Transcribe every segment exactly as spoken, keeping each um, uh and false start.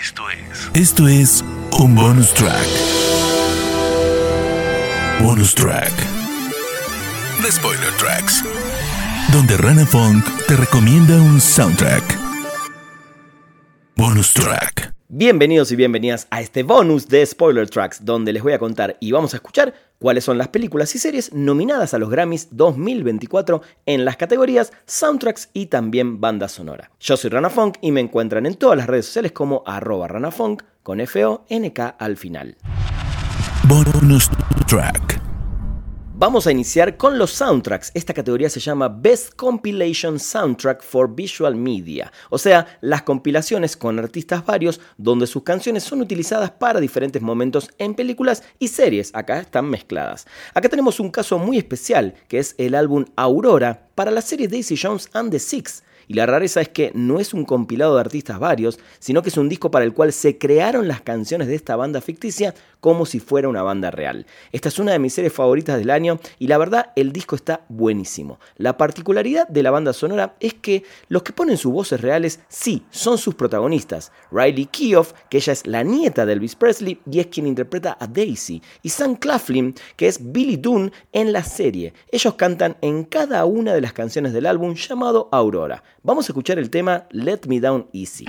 Esto es... Esto es un bonus track. Bonus track de Spoiler Tracks, donde Rana Funk te recomienda un soundtrack. Bonus track. Bienvenidos y bienvenidas a este bonus de Spoiler Tracks, donde les voy a contar y vamos a escuchar cuáles son las películas y series nominadas a los Grammys dos mil veinticuatro en las categorías Soundtracks y también Banda Sonora. Yo soy Rana Funk y me encuentran en todas las redes sociales como arroba ranafunk con F O N K al final. Bonus track. Vamos a iniciar con los soundtracks. Esta categoría se llama Best Compilation Soundtrack for Visual Media, o sea, las compilaciones con artistas varios donde sus canciones son utilizadas para diferentes momentos en películas y series. Acá están mezcladas. Acá tenemos un caso muy especial, que es el álbum Aurora para la serie Daisy Jones and the Six. Y la rareza es que no es un compilado de artistas varios, sino que es un disco para el cual se crearon las canciones de esta banda ficticia como si fuera una banda real. Esta es una de mis series favoritas del año y la verdad el disco está buenísimo. La particularidad de la banda sonora es que los que ponen sus voces reales sí son sus protagonistas. Riley Keough, que ella es la nieta de Elvis Presley y es quien interpreta a Daisy, y Sam Claflin, que es Billy Dunne en la serie. Ellos cantan en cada una de las canciones del álbum llamado Aurora. Vamos a escuchar el tema Let Me Down Easy.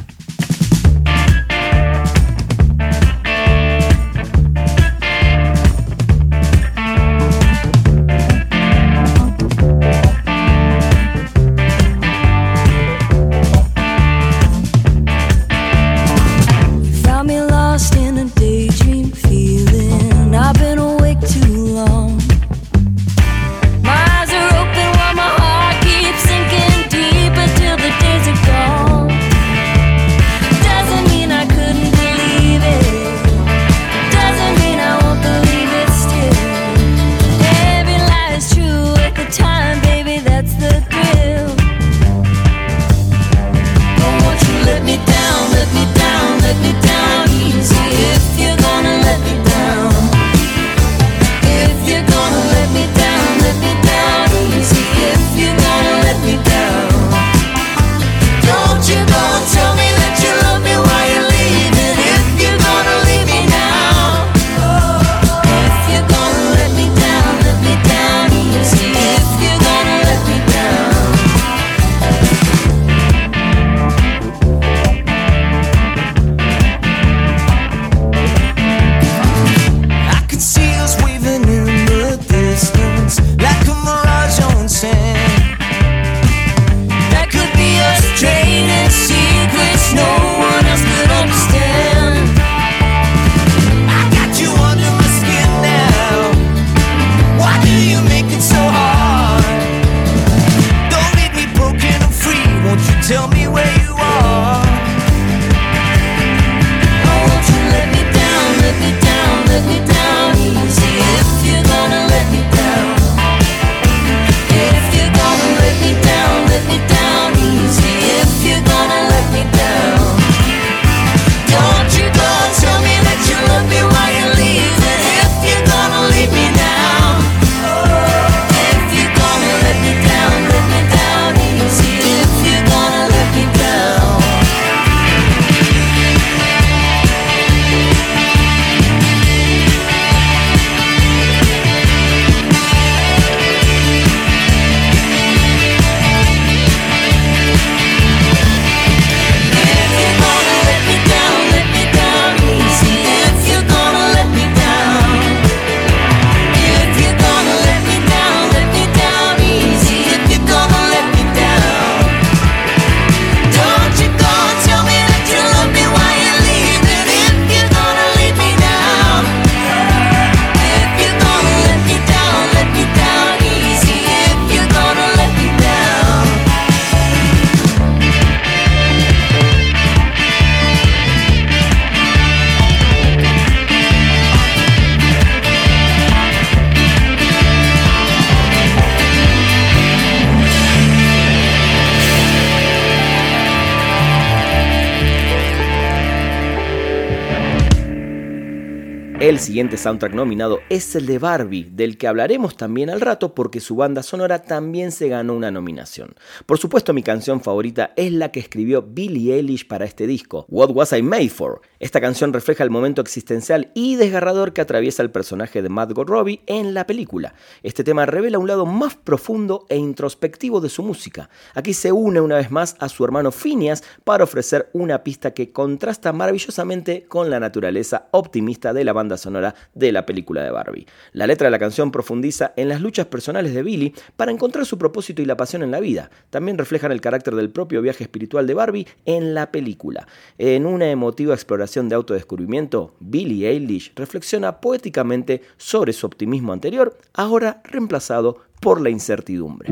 El siguiente soundtrack nominado es el de Barbie, del que hablaremos también al rato porque su banda sonora también se ganó una nominación. Por supuesto, mi canción favorita es la que escribió Billie Eilish para este disco, What Was I Made For. Esta canción refleja el momento existencial y desgarrador que atraviesa el personaje de Margot Robbie en la película. Este tema revela un lado más profundo e introspectivo de su música. Aquí se une una vez más a su hermano Phineas para ofrecer una pista que contrasta maravillosamente con la naturaleza optimista de la banda sonora de la película de Barbie. La letra de la canción profundiza en las luchas personales de Billie para encontrar su propósito y la pasión en la vida. También reflejan el carácter del propio viaje espiritual de Barbie en la película. En una emotiva exploración de autodescubrimiento, Billie Eilish reflexiona poéticamente sobre su optimismo anterior, ahora reemplazado por la incertidumbre.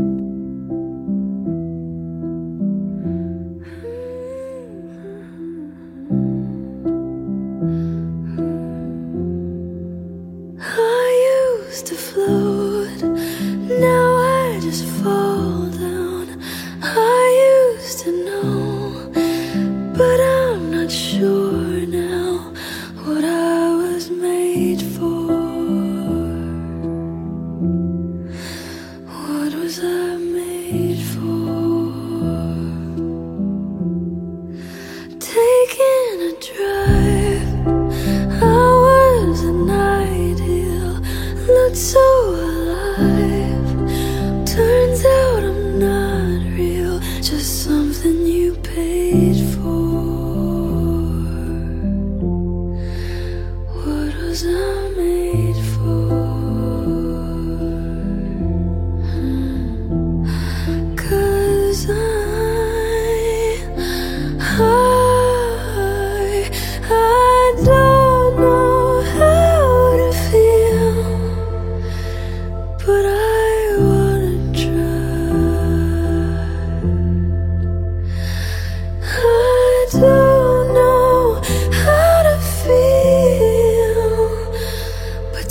To float, now I just fall down. I used to know, but I'm not sure now what I was made for. What was I made for? Taking a drive, I was an ideal. Looked so alive. Turns out I'm not real, just something you paid for. What was I made for? 'Cause I, I, I don't know how to feel, but I wanna try. I don't know how to feel, but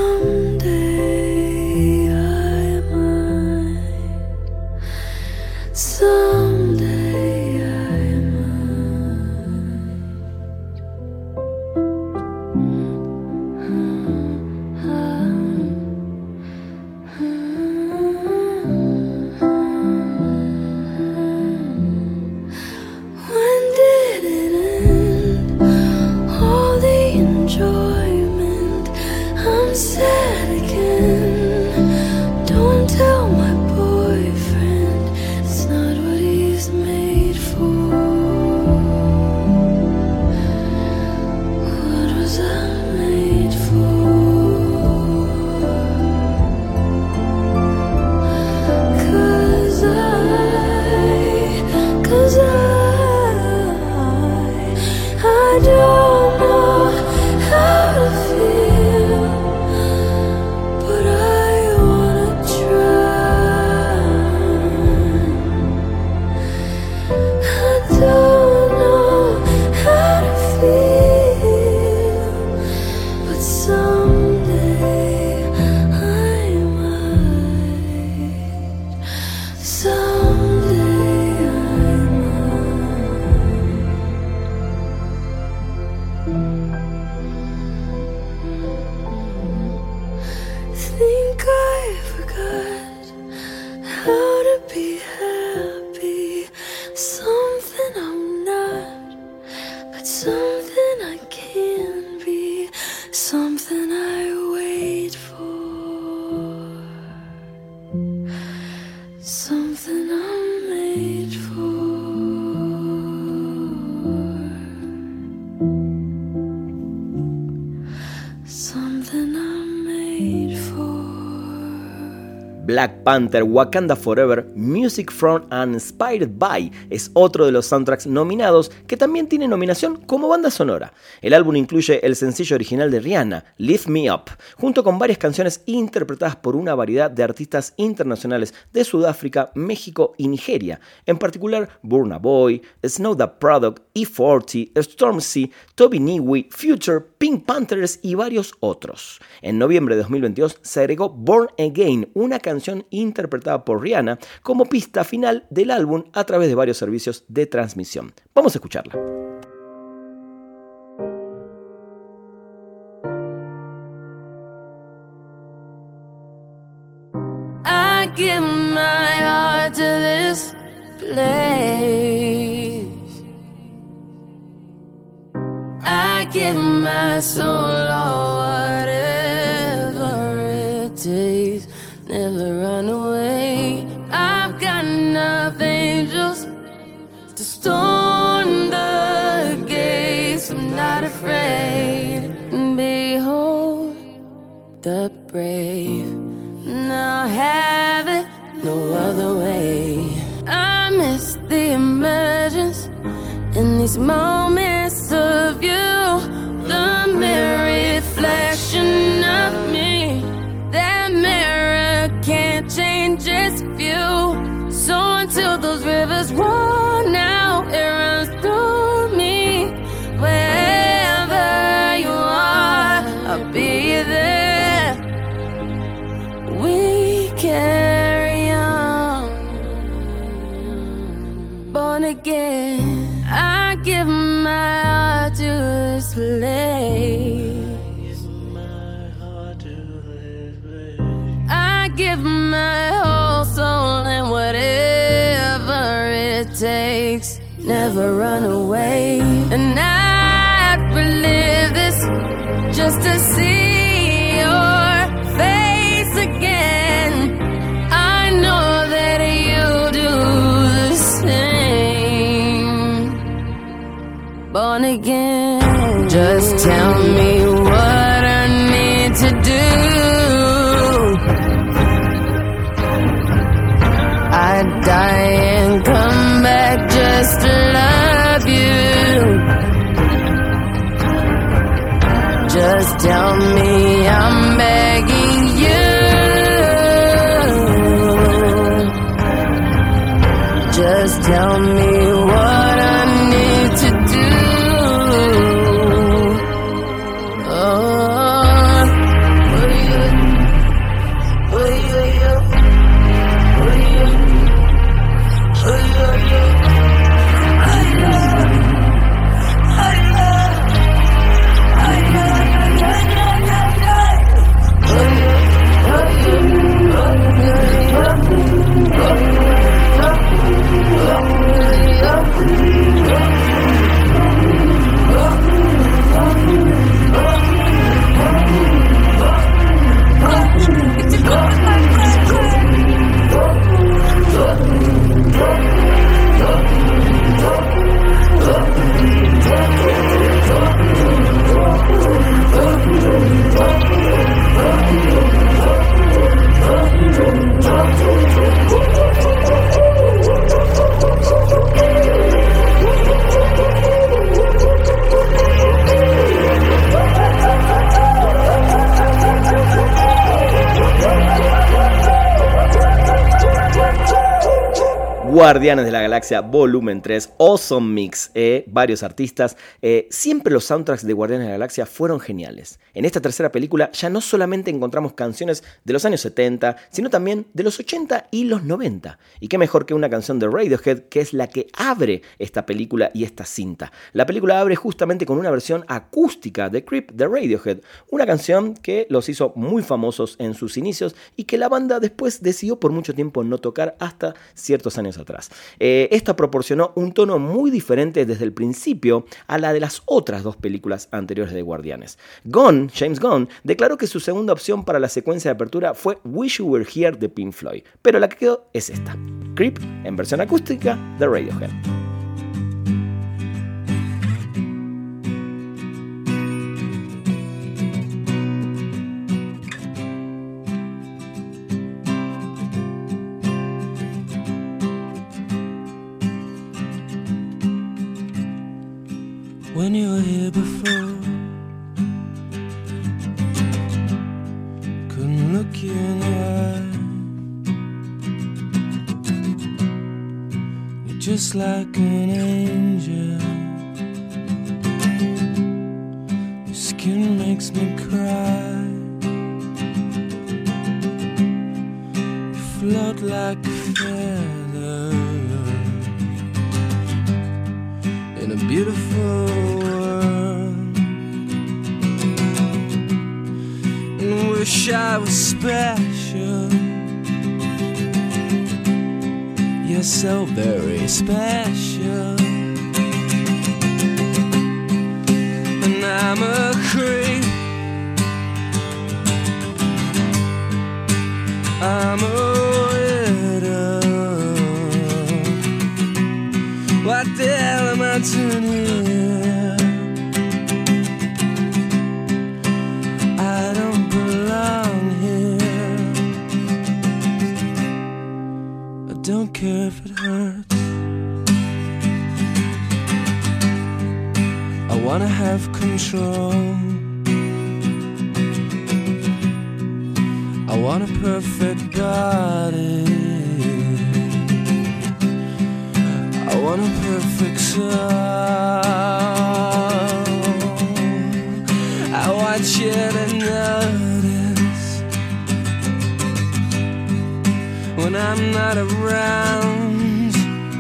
someday I might. Someday I sad again. Don't tell my boyfriend, it's not what he's made for. What was I made for? 'Cause I, 'cause I, I don't know how to feel, but I wanna try. I don't know how to feel, but someday I might. Someday I might. Think I forgot how to be happy. Something I'm not, but something I can be. Something I wait for. Something I'm made for. Something I'm made for. Black Panther Wakanda Forever, Music from and Inspired by es otro de los soundtracks nominados que también tiene nominación como banda sonora. El álbum incluye el sencillo original de Rihanna, Lift Me Up, junto con varias canciones interpretadas por una variedad de artistas internacionales de Sudáfrica, México y Nigeria, en particular Burna Boy, Snow Tha Product, E cuarenta, Stormzy, Toby Niwi, Future, Pink Panthers y varios otros. En noviembre de dos mil veintidós se agregó Born Again, una canción interpretada por Rihanna como pista final del álbum a través de varios servicios de transmisión. Vamos a escucharla. give my heart to this place. I give my soul or whatever it takes. Never run away. I've got enough angels to storm the gates. I'm not afraid. And behold the brave. Now have it no other way. I miss the emergence in these moments of you. The mere reflection of me. That mirror can't change its view. So until those rivers run out, it runs through me. Wherever you are, I'll be there. We carry on. Born again, I give my heart to this place. I give my whole soul and whatever it takes. Never run away. And I'd relive this just to see your face again. I know that you do the same. Born again. Just tell me what I need to do. I'd die and come back just to love you. Just tell me I'm begging you. Just tell me what I need to do. Guardianes de la Galaxia Volumen tres, Awesome Mix, eh, varios artistas. Eh, siempre los soundtracks de Guardianes de la Galaxia fueron geniales. En esta tercera película ya no solamente encontramos canciones de los años setenta, sino también de los ochenta y los noventa. Y qué mejor que una canción de Radiohead, que es la que abre esta película y esta cinta. La película abre justamente con una versión acústica de Creep de Radiohead, una canción que los hizo muy famosos en sus inicios y que la banda después decidió por mucho tiempo no tocar hasta ciertos años atrás. Eh, esta proporcionó un tono muy diferente desde el principio a la de las otras dos películas anteriores de Guardianes. Gunn, James Gunn, declaró que su segunda opción para la secuencia de apertura fue Wish You Were Here de Pink Floyd, pero la que quedó es esta, Creep en versión acústica de Radiohead. When you were here before, couldn't look you in the eye. You're just like an angel. Your skin makes me cry. You float like a feather in a beautiful world, and wish I was special, so very special. And I'm a creep, I'm a widow. What the hell am I doing here? I don't belong here. I don't care if it hurts. I wanna have control. I want a perfect body. I want a perfect soul. I want you to notice when I'm not around.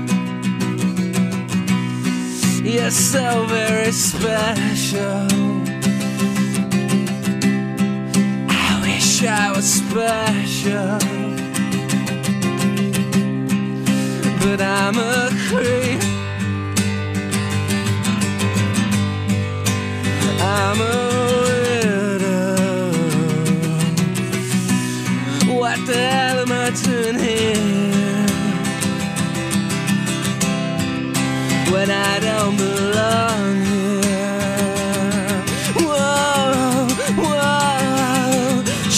You're so very special. I wish I was special, but I'm a creep. I'm a widow. What the hell am I doing here when I don't belong here? Whoa, whoa,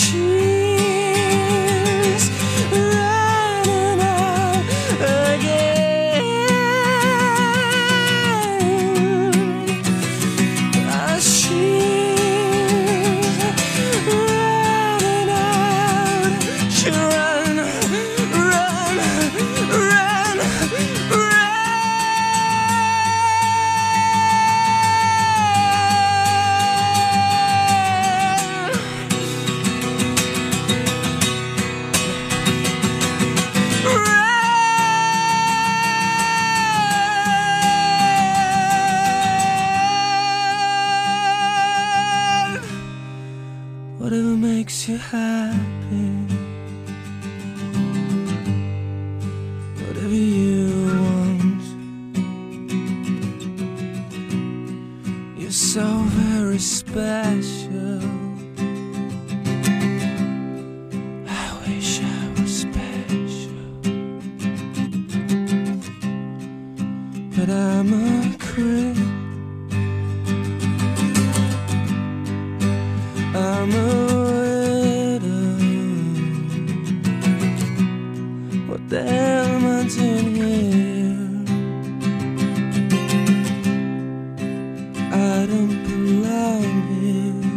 she's running out again. Ah, she's running out. She run, run, run, run. Whatever makes you happy, whatever you want. You're so very special. I wish I was special, but I'm a creep. I'm a widow. What the hell am I doing here? I don't belong here.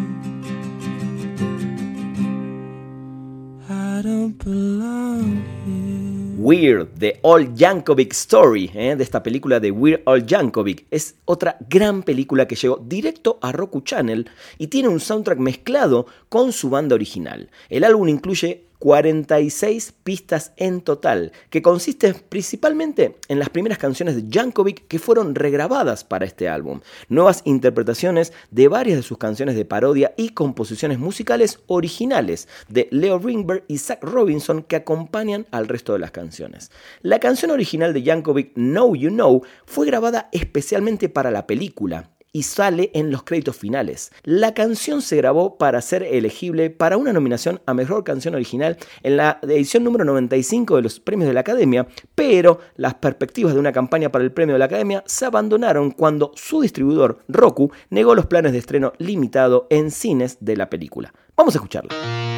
I don't belong here. Weird, The Old Yankovic Story, ¿eh? de esta película de Weird Al Yankovic. Es otra gran película que llegó directo a Roku Channel y tiene un soundtrack mezclado con su banda original. El álbum incluye cuarenta y seis pistas en total, que consisten principalmente en las primeras canciones de Yankovic que fueron regrabadas para este álbum, nuevas interpretaciones de varias de sus canciones de parodia y composiciones musicales originales de Leo Ringberg y Zach Robinson que acompañan al resto de las canciones. La canción original de Yankovic, Know You Know, fue grabada especialmente para la película y sale en los créditos finales. La canción se grabó para ser elegible para una nominación a Mejor Canción Original en la edición número noventa y cinco de los Premios de la Academia, pero las perspectivas de una campaña para el Premio de la Academia se abandonaron cuando su distribuidor, Roku, negó los planes de estreno limitado en cines de la película. Vamos a escucharla.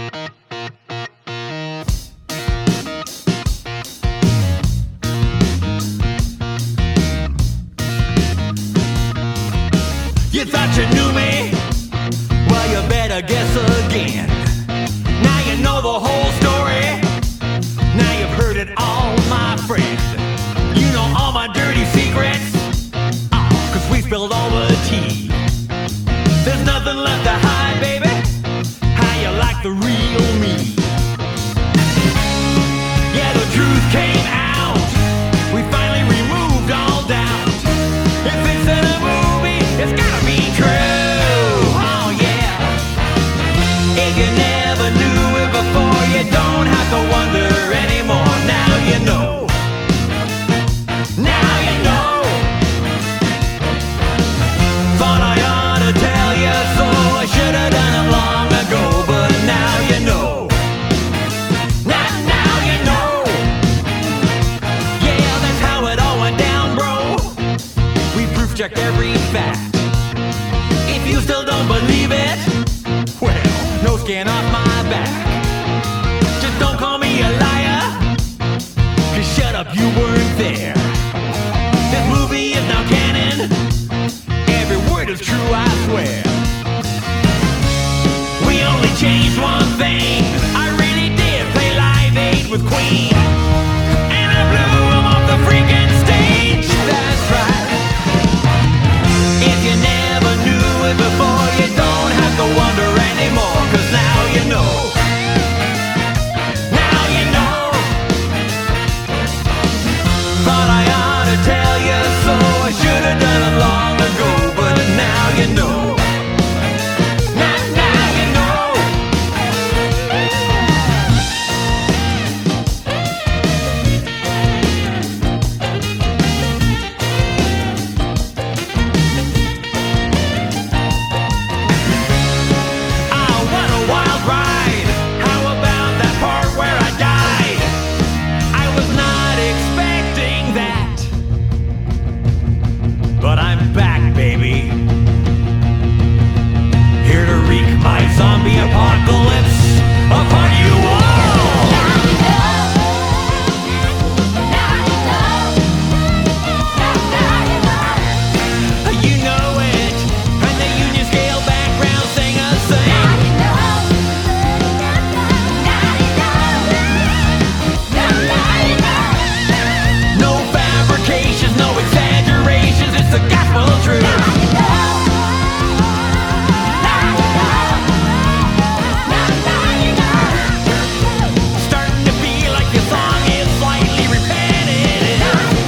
You thought you knew me? Well, you better guess again. Now you know the whole story. Now you've heard it all, my friend. You know all my dirty secrets. Oh, 'cause we spilled all the tea. There's nothing left to hide, baby. How you like the real me? Yeah, the truth came out. We finally removed all doubt. If it's in a movie, it's gotta be true. Oh yeah. If you never knew it before, you don't have to wonder anymore. Now you know. skin off my back. Just don't call me a liar, 'cause shut up, you weren't there. This movie is now canon, every word is true, I swear. We only changed one thing, I really did play Live Aid with Queen, and I blew them off the freaking stage, that's right. If you never knew it before, you don't have to wonder anymore, 'cause now you know. Now you know. Thought I ought to tell you so, I should have done it long ago, but now you know. Now, now you know. I went a wild ride. How about that part where I died? I was not expecting that, but I'm back, baby. Here to wreak my zombie apocalypse upon you all. You know it, and the Union Scale background singer sing. No fabrications, no exaggerations, it's the gospel truth. Starting to feel like your song is slightly repetitive.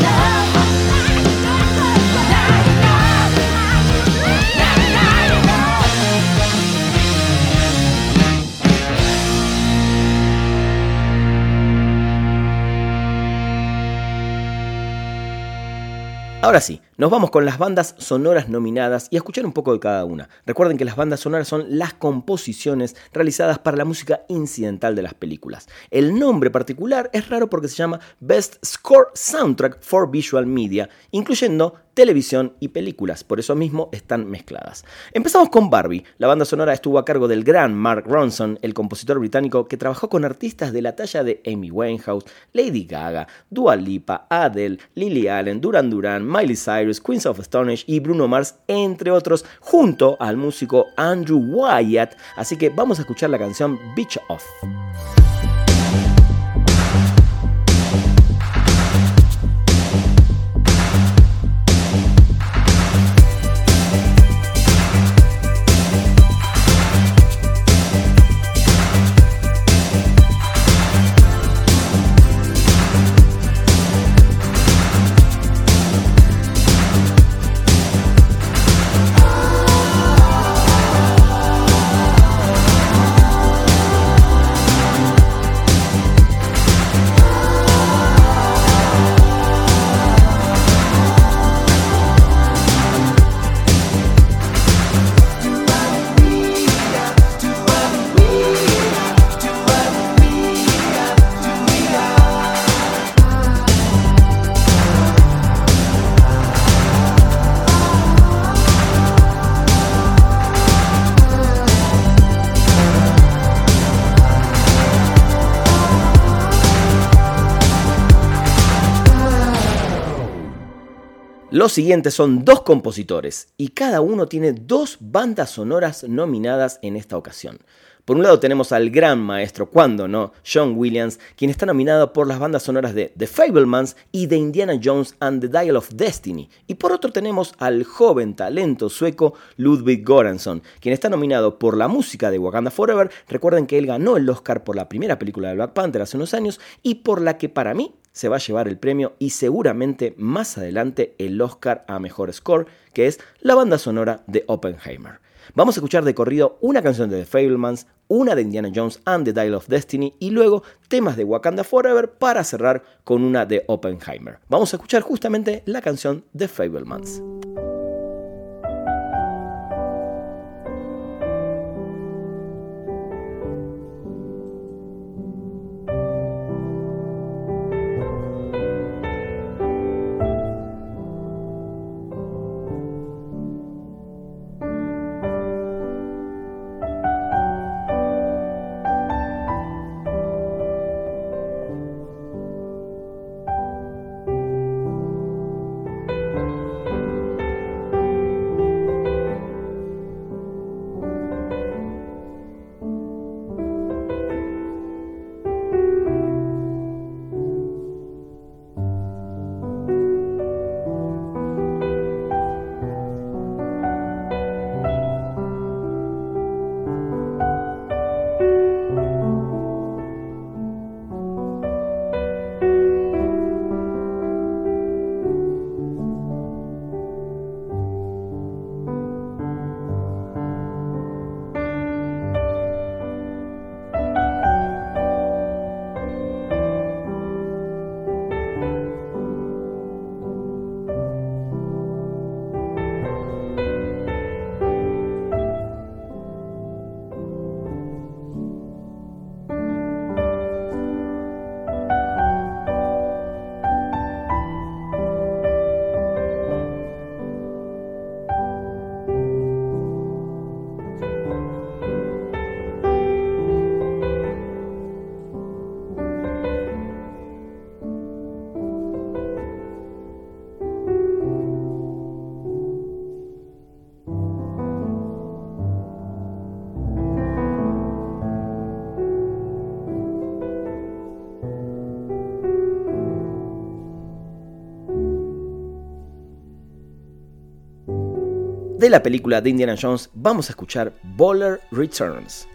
Ahora sí, nos vamos con las bandas sonoras nominadas y a escuchar un poco de cada una. Recuerden que las bandas sonoras son las composiciones realizadas para la música incidental de las películas. El nombre particular es raro porque se llama Best Score Soundtrack for Visual Media, incluyendo televisión y películas, por eso mismo están mezcladas. Empezamos con Barbie. La banda sonora estuvo a cargo del gran Mark Ronson, el compositor británico que trabajó con artistas de la talla de Amy Winehouse, Lady Gaga, Dua Lipa, Adele, Lily Allen, Duran Duran, Miley Cyrus, Queens of Stone Age y Bruno Mars, entre otros, junto al músico Andrew Wyatt. Así que vamos a escuchar la canción Beach Off. Los siguientes son dos compositores y cada uno tiene dos bandas sonoras nominadas en esta ocasión. Por un lado tenemos al gran maestro, cuando no, John Williams, quien está nominado por las bandas sonoras de The Fabelmans y de Indiana Jones and the Dial of Destiny. Y por otro tenemos al joven talento sueco Ludwig Göransson, quien está nominado por la música de Wakanda Forever. Recuerden que él ganó el Oscar por la primera película de Black Panther hace unos años y por la que para mí se va a llevar el premio y seguramente más adelante el Oscar a Mejor Score, que es la banda sonora de Oppenheimer. Vamos a escuchar de corrido una canción de The Fabelmans, una de Indiana Jones and the Dial of Destiny y luego temas de Wakanda Forever para cerrar con una de Oppenheimer. Vamos a escuchar justamente la canción de The Fabelmans. de la película de Indiana Jones, vamos a escuchar Bowler Returns.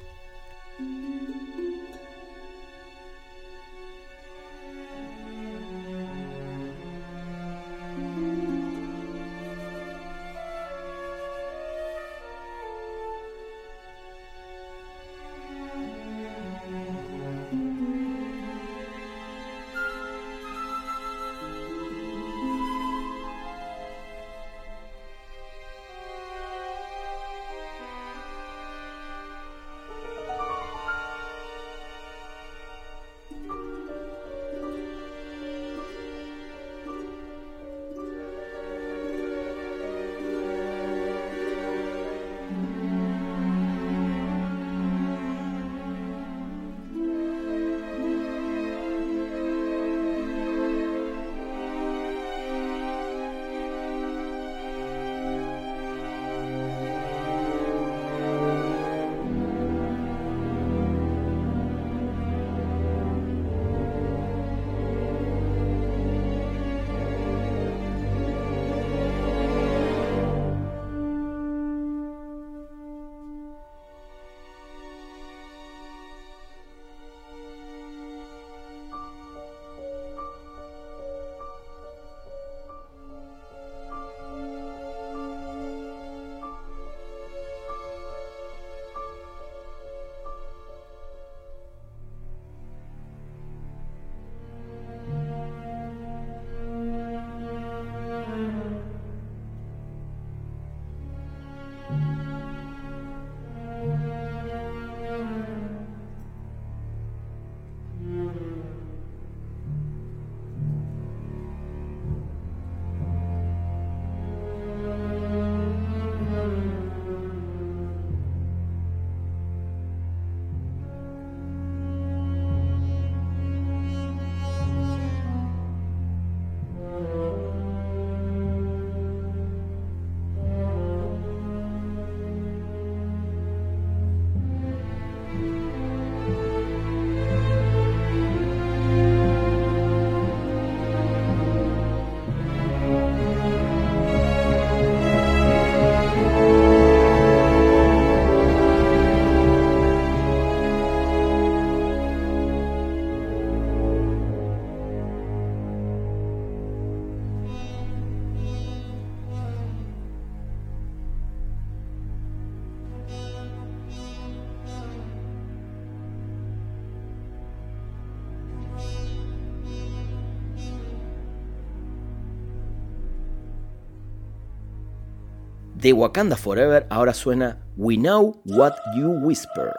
De Wakanda Forever ahora suena We Know What You Whisper.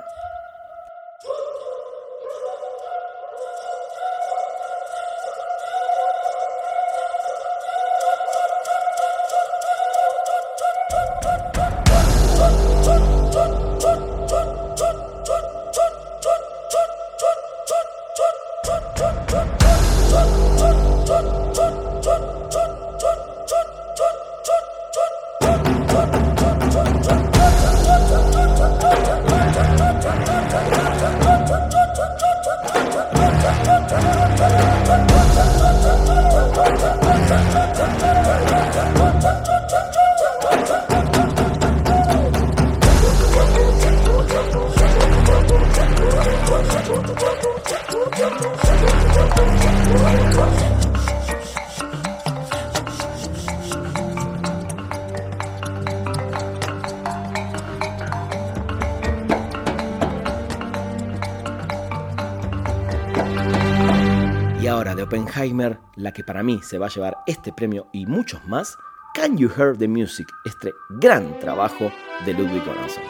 Y ahora de Oppenheimer, la que para mí se va a llevar este premio y muchos más, Can You Hear the Music, este gran trabajo de Ludwig Göransson.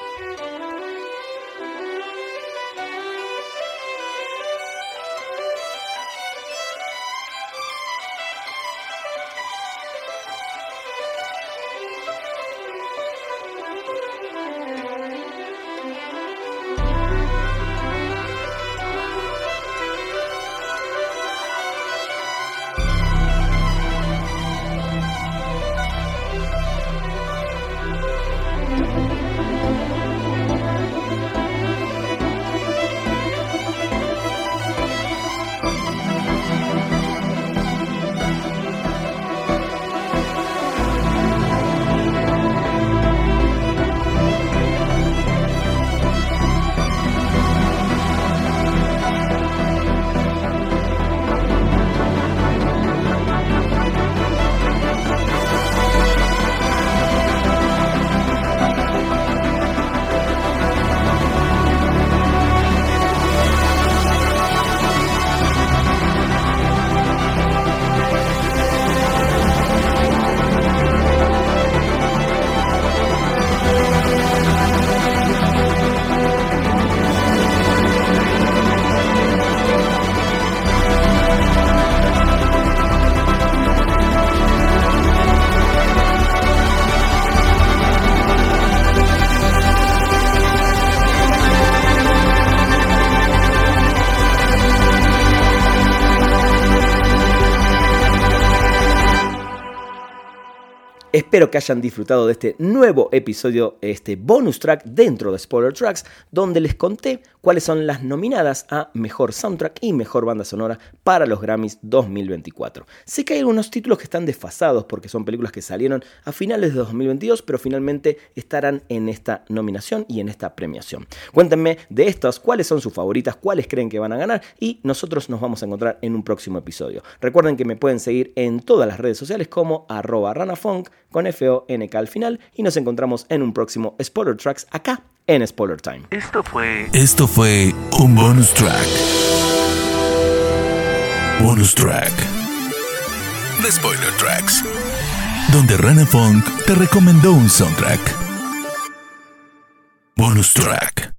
Espero que hayan disfrutado de este nuevo episodio, este bonus track dentro de Spoiler Tracks, donde les conté cuáles son las nominadas a Mejor Soundtrack y Mejor Banda Sonora para los Grammys dos mil veinticuatro. Sé que hay algunos títulos que están desfasados porque son películas que salieron a finales de dos mil veintidós, pero finalmente estarán en esta nominación y en esta premiación. Cuéntenme de estas, cuáles son sus favoritas, cuáles creen que van a ganar y nosotros nos vamos a encontrar en un próximo episodio. Recuerden que me pueden seguir en todas las redes sociales como arroba ranafunk con F O N K al final y nos encontramos en un próximo Spoiler Tracks acá en Spoiler Time. Esto fue... Esto fue un bonus track. Bonus track de Spoiler Tracks, donde Rana Funk te recomendó un soundtrack. Bonus track.